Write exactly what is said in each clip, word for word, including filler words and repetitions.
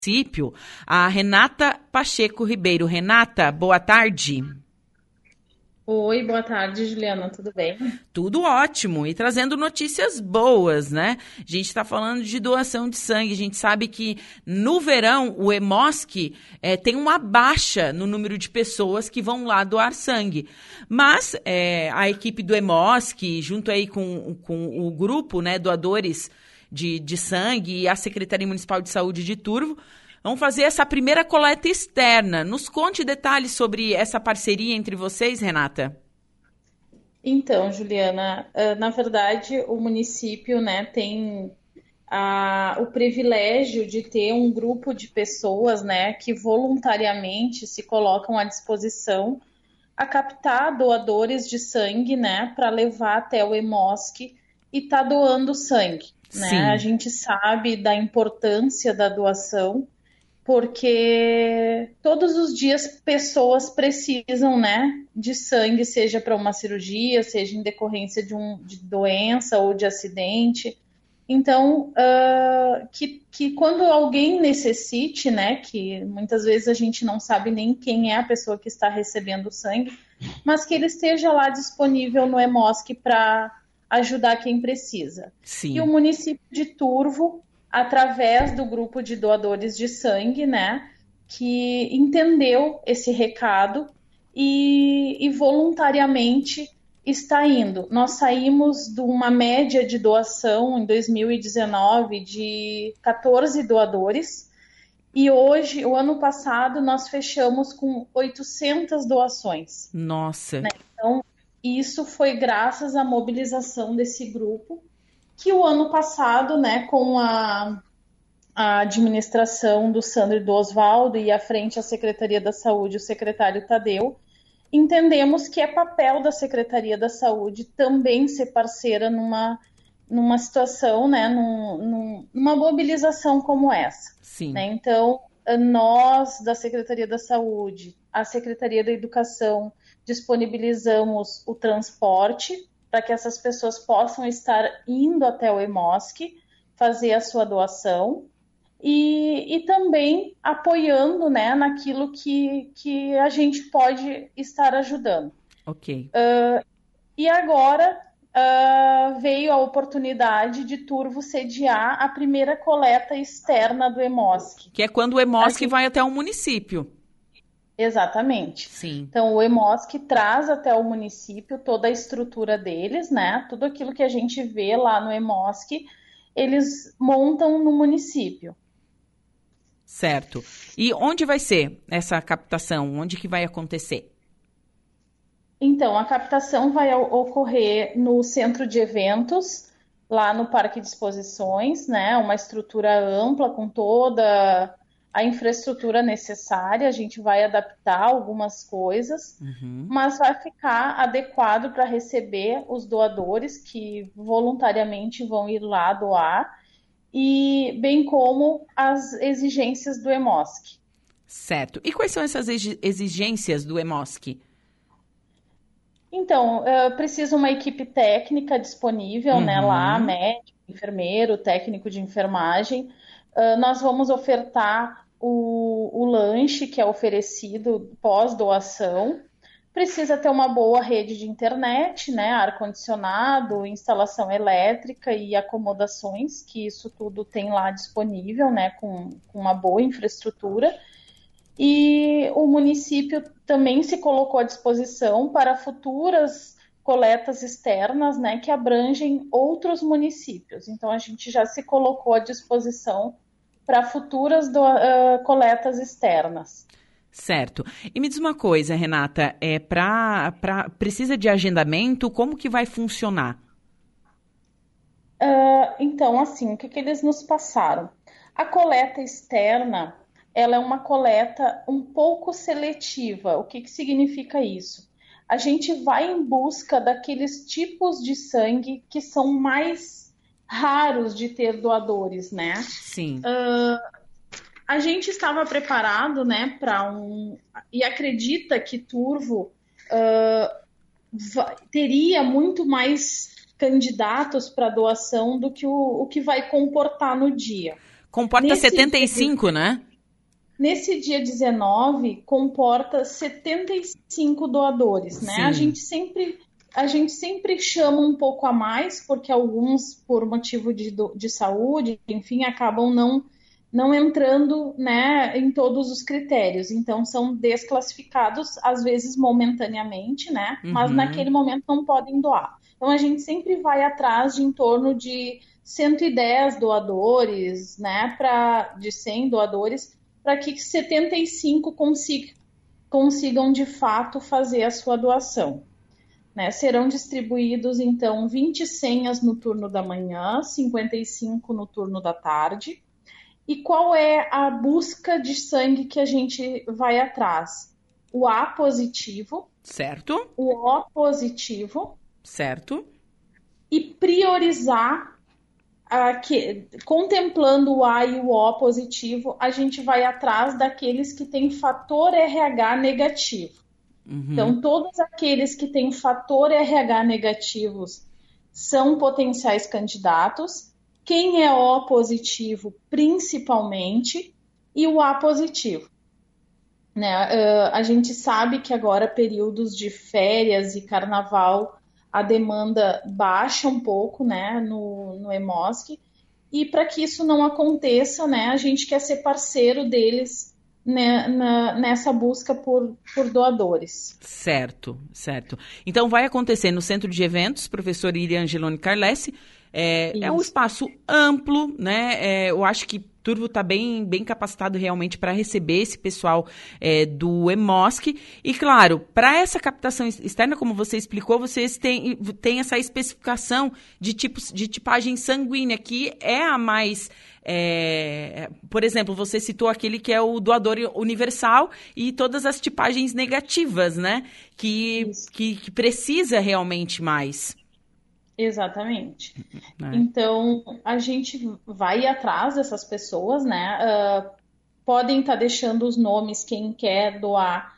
município, a Renata Pacheco Ribeiro. Renata, boa tarde. Oi, boa tarde, Juliana, tudo bem? Tudo ótimo e trazendo notícias boas, né? A gente está falando de doação de sangue. A gente sabe que no verão o Hemosk é, tem uma baixa no número de pessoas que vão lá doar sangue. Mas é, a equipe do Hemosk, junto aí com, com o grupo, né, doadores de, de sangue e a Secretaria Municipal de Saúde de Turvo, vão fazer essa primeira coleta externa. Nos conte detalhes sobre essa parceria entre vocês, Renata. Então, Juliana, ah, na verdade, o município, né, tem a- o privilégio de ter um grupo de pessoas, né, que voluntariamente se colocam à disposição a captar doadores de sangue, né, para levar até o Hemosk e tá doando sangue, né? A Sim, gente sabe da importância da doação porque todos os dias pessoas precisam, né, de sangue, seja para uma cirurgia, seja em decorrência de, um, de doença ou de acidente. Então, uh, que, que quando alguém necessite, né, que muitas vezes a gente não sabe nem quem é a pessoa que está recebendo o sangue, mas que ele esteja lá disponível no Hemosk para ajudar quem precisa. E o sim. município de Turvo, através do grupo de doadores de sangue, né, que entendeu esse recado e, e voluntariamente está indo. Nós saímos de uma média de doação em dois mil e dezenove de quatorze doadores e hoje, o ano passado, nós fechamos com oitocentas doações. Nossa, Então, isso foi graças à mobilização desse grupo que o ano passado, né, com a, a administração do Sandro e do Oswaldo e à frente a Secretaria da Saúde, o secretário Tadeu, entendemos que é papel da Secretaria da Saúde também ser parceira numa, numa situação, né, num, num, numa mobilização como essa. sim. Né? Então, nós da Secretaria da Saúde, a Secretaria da Educação, disponibilizamos o transporte para que essas pessoas possam estar indo até o Hemosk, fazer a sua doação e, e também apoiando, né, naquilo que, que a gente pode estar ajudando. Ok. E agora uh, veio a oportunidade de Turvo sediar a primeira coleta externa do Hemosk. Que é quando o A Hemosk gente vai até o município. Exatamente. Sim. Então, o Hemosk traz até o município toda a estrutura deles, né? Tudo aquilo que a gente vê lá no Hemosk, eles montam no município. Certo. E onde vai ser essa captação? Onde que vai acontecer? Então, a captação vai ocorrer no centro de eventos, lá no Parque de Exposições, né? Uma estrutura ampla com toda a infraestrutura necessária. A gente vai adaptar algumas coisas, Uhum. mas vai ficar adequado para receber os doadores que voluntariamente vão ir lá doar, e bem como as exigências do Hemosk. Certo. E quais são essas exi- exigências do Hemosk? Então, eh, precisa uma equipe técnica disponível, né, lá, Uhum. médico, enfermeiro, técnico de enfermagem. Ah, nós vamos ofertar o, o lanche que é oferecido pós-doação. Precisa ter uma boa rede de internet, né, ar-condicionado, instalação elétrica e acomodações, que isso tudo tem lá disponível, né, com, com uma boa infraestrutura. E o município também se colocou à disposição para futuras coletas externas, né, que abrangem outros municípios. Então, a gente já se colocou à disposição para futuras do, uh, coletas externas. Certo. E me diz uma coisa, Renata, é pra, pra, precisa de agendamento? Como que vai funcionar? Uh, então, assim, o que, que eles nos passaram? A coleta externa, ela é uma coleta um pouco seletiva. O que, que significa isso? A gente vai em busca daqueles tipos de sangue que são mais raros de ter doadores, né? Sim. A gente estava preparado, né, para um. E acredita que Turvo va- teria muito mais candidatos para doação do que o, o que vai comportar no dia. Comporta Nesse setenta e dia de cinco, né? Nesse dia dezenove, comporta setenta e cinco doadores, né? Sim. A gente sempre, a gente sempre chama um pouco a mais, porque alguns, por motivo de, de saúde, enfim, acabam não, não entrando, né, em todos os critérios. Então, são desclassificados, às vezes momentaneamente, né? Uhum. Mas naquele momento não podem doar. Então, a gente sempre vai atrás de em torno de cento e dez doadores, né? Pra, de cem doadores, para que setenta e cinco consigam, consigam de fato fazer a sua doação. Né? Serão distribuídos, então, vinte senhas no turno da manhã, cinquenta e cinco no turno da tarde. E qual é a busca de sangue que a gente vai atrás? O A positivo. Certo. O O positivo. Certo. E priorizar Aqui, contemplando o A e o O positivo, a gente vai atrás daqueles que têm fator R H negativo. Uhum. Então, todos aqueles que têm fator R H negativos são potenciais candidatos. Quem é O positivo, principalmente, e o A positivo. Né? Uh, a gente sabe que agora, períodos de férias e carnaval, a demanda baixa um pouco, né, no, no EMOSC, e para que isso não aconteça, né, a gente quer ser parceiro deles, né, na, nessa busca por, por doadores. Certo, certo. Então vai acontecer no Centro de Eventos, professor Irian Angeloni Carlesse, é, é um espaço amplo, né, é, eu acho que Turvo está bem, bem capacitado realmente para receber esse pessoal é, do EMOSC. E, claro, para essa captação externa, como você explicou, vocês têm, têm essa especificação de, tipos, de tipagem sanguínea, que é a mais... É, por exemplo, você citou aquele que é o doador universal e todas as tipagens negativas, né? Que, que, que precisa realmente mais. Exatamente. É. Então, a gente vai atrás dessas pessoas, né? Uh, podem estar tá deixando os nomes, quem quer doar,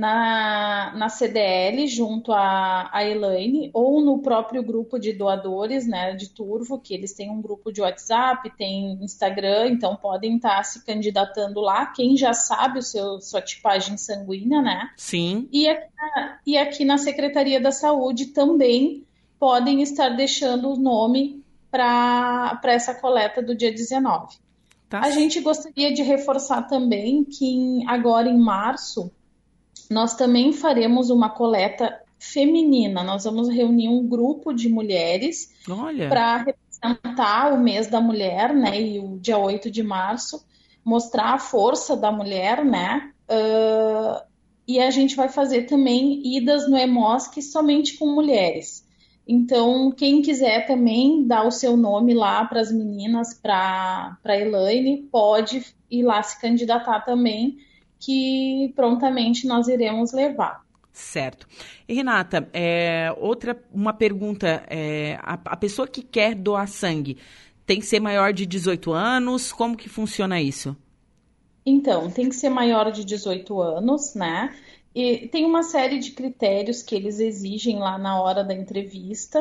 na, na C D L, junto à, à Elaine, ou no próprio grupo de doadores, né, de Turvo, que eles têm um grupo de WhatsApp, tem Instagram, então podem estar tá se candidatando lá, quem já sabe o seu, sua tipagem sanguínea, né? Sim. E aqui na, e aqui na Secretaria da Saúde também podem estar deixando o nome para essa coleta do dia dezenove. Tá. A gente gostaria de reforçar também que em, agora em março nós também faremos uma coleta feminina. Nós vamos reunir um grupo de mulheres para representar o mês da mulher, né? E o dia oito de março, mostrar a força da mulher, né? Uh, e a gente vai fazer também idas no EMOSC somente com mulheres. Então, quem quiser também dar o seu nome lá para as meninas, para a Elaine, pode ir lá se candidatar também, que prontamente nós iremos levar. Certo. E, Renata, é, outra, uma pergunta, é, a, a pessoa que quer doar sangue tem que ser maior de dezoito anos? Como que funciona isso? Então, tem que ser maior de dezoito anos, né? E tem uma série de critérios que eles exigem lá na hora da entrevista,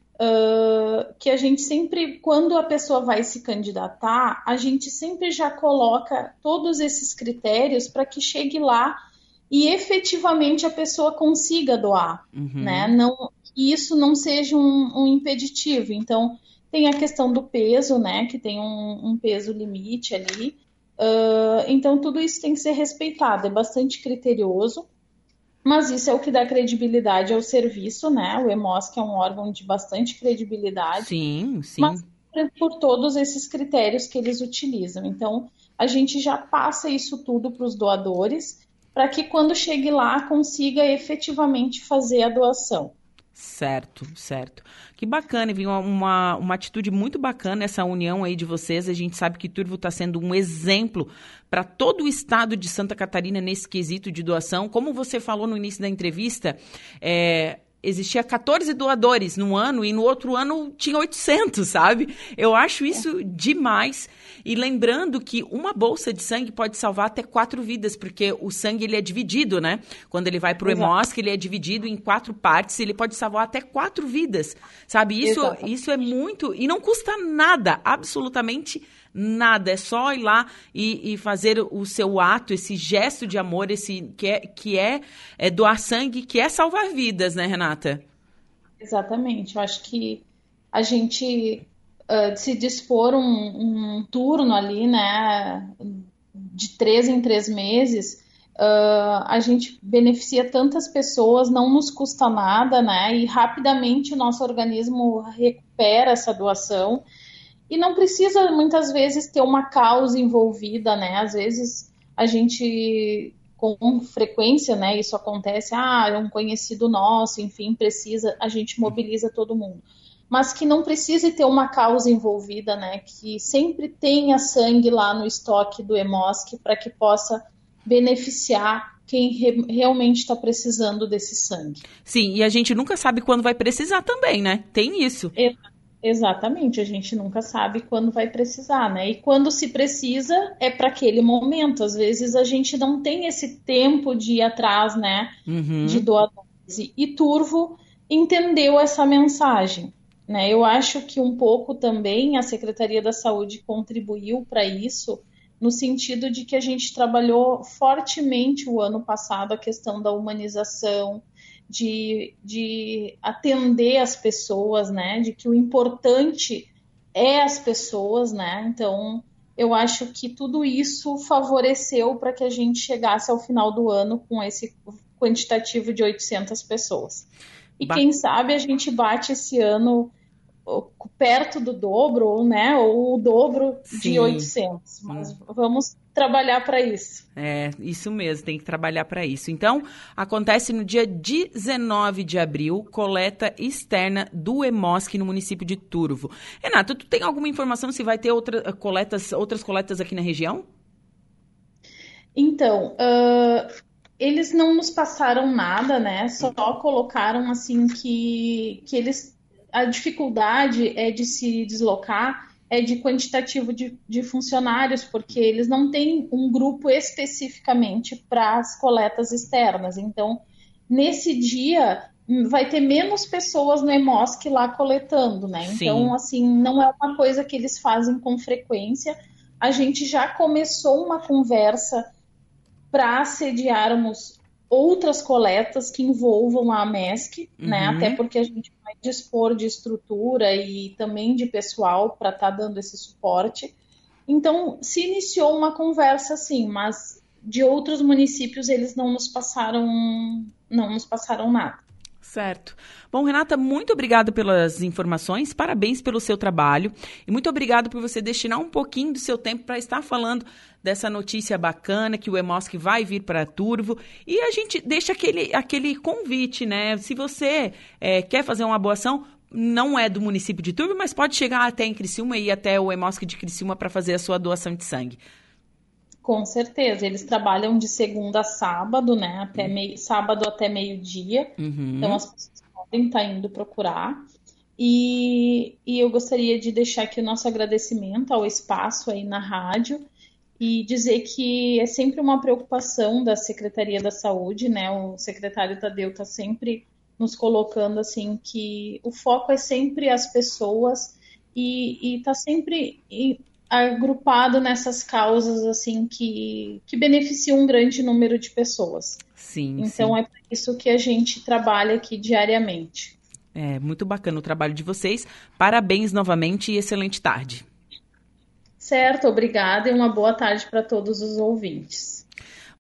uh, que a gente sempre, quando a pessoa vai se candidatar, a gente sempre já coloca todos esses critérios para que chegue lá e efetivamente a pessoa consiga doar, uhum. né? Não, e isso não seja um, um impeditivo. Então, tem a questão do peso, né? Que tem um, um peso limite ali. Uh, então, tudo isso tem que ser respeitado, é bastante criterioso. Mas isso é o que dá credibilidade ao serviço, né? O EMOSC é um órgão de bastante credibilidade. Sim, sim. Mas por todos esses critérios que eles utilizam. Então, a gente já passa isso tudo para os doadores, para que quando chegue lá, consiga efetivamente fazer a doação. Certo, certo. Que bacana, viu? Uma, uma atitude muito bacana essa união aí de vocês. A gente sabe que Turvo está sendo um exemplo para todo o estado de Santa Catarina nesse quesito de doação. Como você falou no início da entrevista, é, existia quatorze doadores no ano e no outro ano tinha oitocentos, sabe? Eu acho isso demais. E lembrando que uma bolsa de sangue pode salvar até quatro vidas, porque o sangue ele é dividido, né? Quando ele vai para o EMOSC, ele é dividido em quatro partes, ele pode salvar até quatro vidas, sabe? Isso, isso é muito... E não custa nada, absolutamente nada, é só ir lá e, e fazer o seu ato, esse gesto de amor, esse que, é, que é, é doar sangue, que é salvar vidas, né, Renata? Exatamente, eu acho que a gente uh, se dispor um, um turno ali, né, de três em três meses, uh, a gente beneficia tantas pessoas, não nos custa nada, né, e rapidamente o nosso organismo recupera essa doação, e não precisa muitas vezes ter uma causa envolvida, né, às vezes a gente... com frequência, né, isso acontece, ah, é um conhecido nosso, enfim, precisa, a gente mobiliza todo mundo. Mas que não precise ter uma causa envolvida, né, que sempre tenha sangue lá no estoque do Hemosk para que possa beneficiar quem re- realmente está precisando desse sangue. Sim, e a gente nunca sabe quando vai precisar também, né? Tem isso. É. Exatamente, a gente nunca sabe quando vai precisar, né? E quando se precisa, é para aquele momento. Às vezes a gente não tem esse tempo de ir atrás, né? Uhum. De doadores. E Turvo entendeu essa mensagem, né? Eu acho que um pouco também a Secretaria da Saúde contribuiu para isso, no sentido de que a gente trabalhou fortemente o ano passado a questão da humanização, De, de atender as pessoas, né? De que o importante é as pessoas, né? Então, eu acho que tudo isso favoreceu para que a gente chegasse ao final do ano com esse quantitativo de oitocentas pessoas. E Ba- quem sabe a gente bate esse ano perto do dobro, ou, né? Ou o dobro Sim. de oitocentos. Mas hum. vamos trabalhar para isso. É, isso mesmo, tem que trabalhar para isso. Então, acontece no dia dezenove de abril, coleta externa do Hemosk no município de Turvo. Renata, tu tem alguma informação se vai ter outra, coletas, outras coletas aqui na região? Então, uh, eles não nos passaram nada, né? Só colocaram assim que, que eles a dificuldade é de se deslocar é de quantitativo de, de funcionários, porque eles não têm um grupo especificamente para as coletas externas. Então, nesse dia, vai ter menos pessoas no Hemosk lá coletando, né? Sim. Então, assim, não é uma coisa que eles fazem com frequência. A gente já começou uma conversa para sediarmos outras coletas que envolvam a AMESC, uhum. né? Até porque a gente vai dispor de estrutura e também de pessoal para estar tá dando esse suporte. Então, se iniciou uma conversa, sim, mas de outros municípios eles não nos passaram, não nos passaram nada. Certo. Bom, Renata, muito obrigada pelas informações, parabéns pelo seu trabalho e muito obrigada por você destinar um pouquinho do seu tempo para estar falando dessa notícia bacana que o Hemosk vai vir para Turvo e a gente deixa aquele, aquele convite, né? Se você é, quer fazer uma boa ação, não é do município de Turvo, mas pode chegar até em Criciúma e ir até o Hemosk de Criciúma para fazer a sua doação de sangue. Com certeza, eles trabalham de segunda a sábado, né? Até meio, sábado até meio-dia. Uhum. Então as pessoas podem estar indo procurar. E, e eu gostaria de deixar aqui o nosso agradecimento ao espaço aí na rádio e dizer que é sempre uma preocupação da Secretaria da Saúde, né? O secretário Tadeu está sempre nos colocando assim que o foco é sempre as pessoas e está sempre agrupado nessas causas assim que, que beneficiam um grande número de pessoas. Sim, então sim. É por isso que a gente trabalha aqui diariamente. É muito bacana o trabalho de vocês. Parabéns novamente e excelente tarde. Certo, obrigada e uma boa tarde para todos os ouvintes.